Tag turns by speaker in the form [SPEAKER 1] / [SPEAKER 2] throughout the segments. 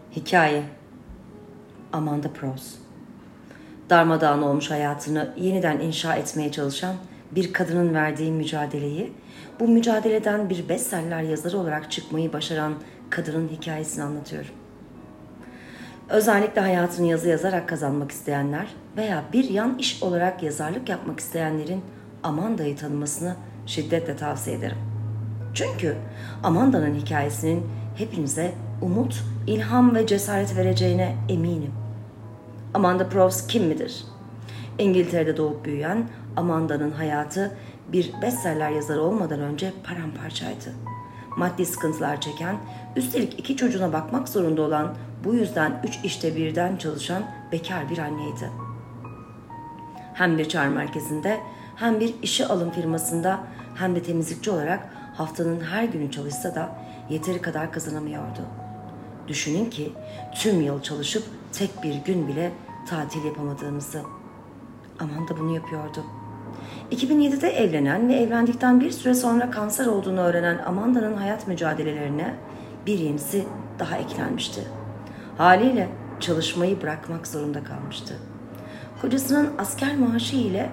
[SPEAKER 1] Hikaye Amanda Prose. Darmadağın olmuş hayatını yeniden inşa etmeye çalışan bir kadının verdiği mücadeleyi, bu mücadeleden bir bestseller yazarı olarak çıkmayı başaran kadının hikayesini anlatıyorum. Özellikle hayatını yazı yazarak kazanmak isteyenler veya bir yan iş olarak yazarlık yapmak isteyenlerin Amanda'yı tanımasını şiddetle tavsiye ederim. Çünkü Amanda'nın hikayesinin hepinize umut, ilham ve cesaret vereceğine eminim. Amanda Prose kim midir? İngiltere'de doğup büyüyen Amanda'nın hayatı bir bestseller yazarı olmadan önce paramparçaydı. Maddi sıkıntılar çeken, üstelik 2 çocuğuna bakmak zorunda olan, bu yüzden 3 işte birden çalışan bekar bir anneydi. Hem bir çağrı merkezinde, hem bir işe alım firmasında, hem de temizlikçi olarak haftanın her günü çalışsa da yeteri kadar kazanamıyordu. Düşünün ki tüm yıl çalışıp tek bir gün bile tatil yapamadığımızı. Amanda bunu yapıyordu. 2007'de evlenen ve evlendikten bir süre sonra kanser olduğunu öğrenen Amanda'nın hayat mücadelelerine bir yenisi daha eklenmişti. Haliyle çalışmayı bırakmak zorunda kalmıştı. Kocasının asker maaşı ile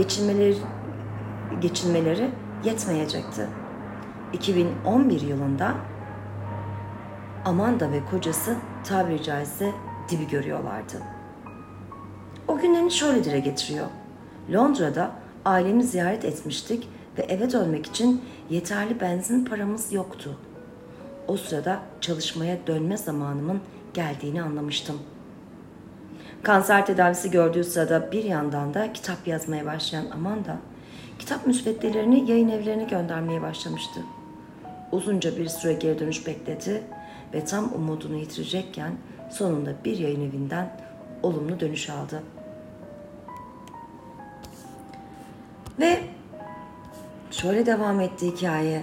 [SPEAKER 1] geçinmeleri yetmeyecekti. 2011 yılında Amanda ve kocası tabiri caizse dibi görüyorlardı. O günlerini şöyle dile getiriyor. Londra'da ailemi ziyaret etmiştik ve eve dönmek için yeterli benzin paramız yoktu. O sırada çalışmaya dönme zamanımın geldiğini anlamıştım. Kanser tedavisi gördüğü sırada bir yandan da kitap yazmaya başlayan Amanda, kitap müsveddelerini yayın evlerine göndermeye başlamıştı. Uzunca bir süre geri dönüş bekledi ve tam umudunu yitirecekken sonunda bir yayın evinden olumlu dönüş aldı. Ve şöyle devam etti hikaye.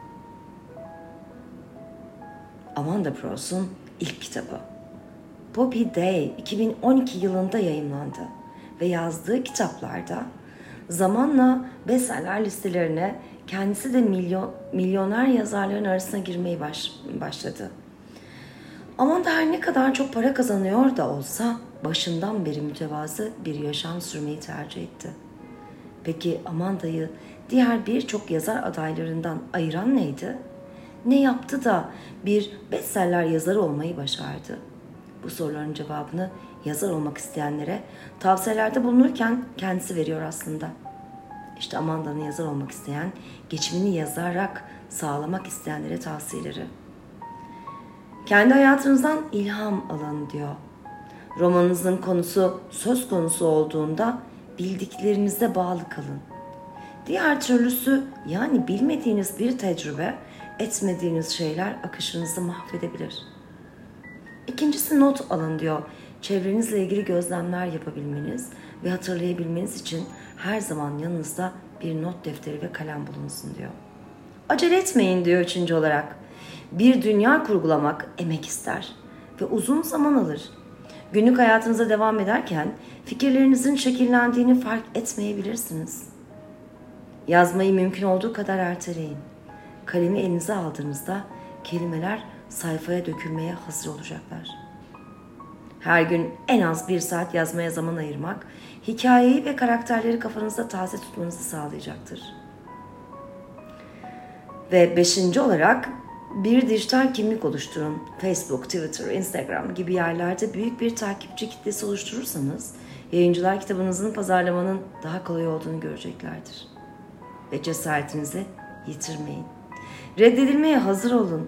[SPEAKER 1] Amanda Prose'un ilk kitabı Poppy Day 2012 yılında yayımlandı ve yazdığı kitaplarda zamanla bestseller listelerine, kendisi de milyoner yazarların arasına girmeyi başladı. Amanda her ne kadar çok para kazanıyor da olsa başından beri mütevazı bir yaşam sürmeyi tercih etti. Peki Amanda'yı diğer birçok yazar adaylarından ayıran neydi? Ne yaptı da bir bestseller yazarı olmayı başardı? Bu soruların cevabını yazar olmak isteyenlere tavsiyelerde bulunurken kendisi veriyor aslında. İşte Amanda'nın yazar olmak isteyen, geçimini yazarak sağlamak isteyenlere tavsiyeleri. Kendi hayatınızdan ilham alın diyor. Romanınızın konusu söz konusu olduğunda bildiklerinize bağlı kalın. Diğer türlüsü, yani bilmediğiniz bir tecrübe, etmediğiniz şeyler akışınızı mahvedebilir. İkincisi not alın diyor. Çevrenizle ilgili gözlemler yapabilmeniz ve hatırlayabilmeniz için her zaman yanınızda bir not defteri ve kalem bulunsun diyor. Acele etmeyin diyor üçüncü olarak. Bir dünya kurgulamak emek ister ve uzun zaman alır. Günlük hayatınıza devam ederken fikirlerinizin şekillendiğini fark etmeyebilirsiniz. Yazmayı mümkün olduğu kadar erteleyin. Kalemi elinize aldığınızda kelimeler sayfaya dökülmeye hazır olacaklar. Her gün en az 1 saat yazmaya zaman ayırmak, hikayeyi ve karakterleri kafanızda taze tutmanızı sağlayacaktır. Ve 5. olarak bir dijital kimlik oluşturun. Facebook, Twitter, Instagram gibi yerlerde büyük bir takipçi kitlesi oluşturursanız, yayıncılar kitabınızın pazarlamanın daha kolay olduğunu göreceklerdir. Ve cesaretinizi yitirmeyin. Reddedilmeye hazır olun.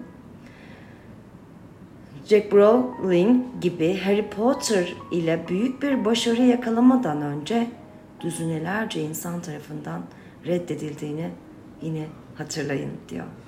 [SPEAKER 1] Jack Rowling gibi Harry Potter ile büyük bir başarı yakalamadan önce düzinelerce insan tarafından reddedildiğini yine hatırlayın diyor.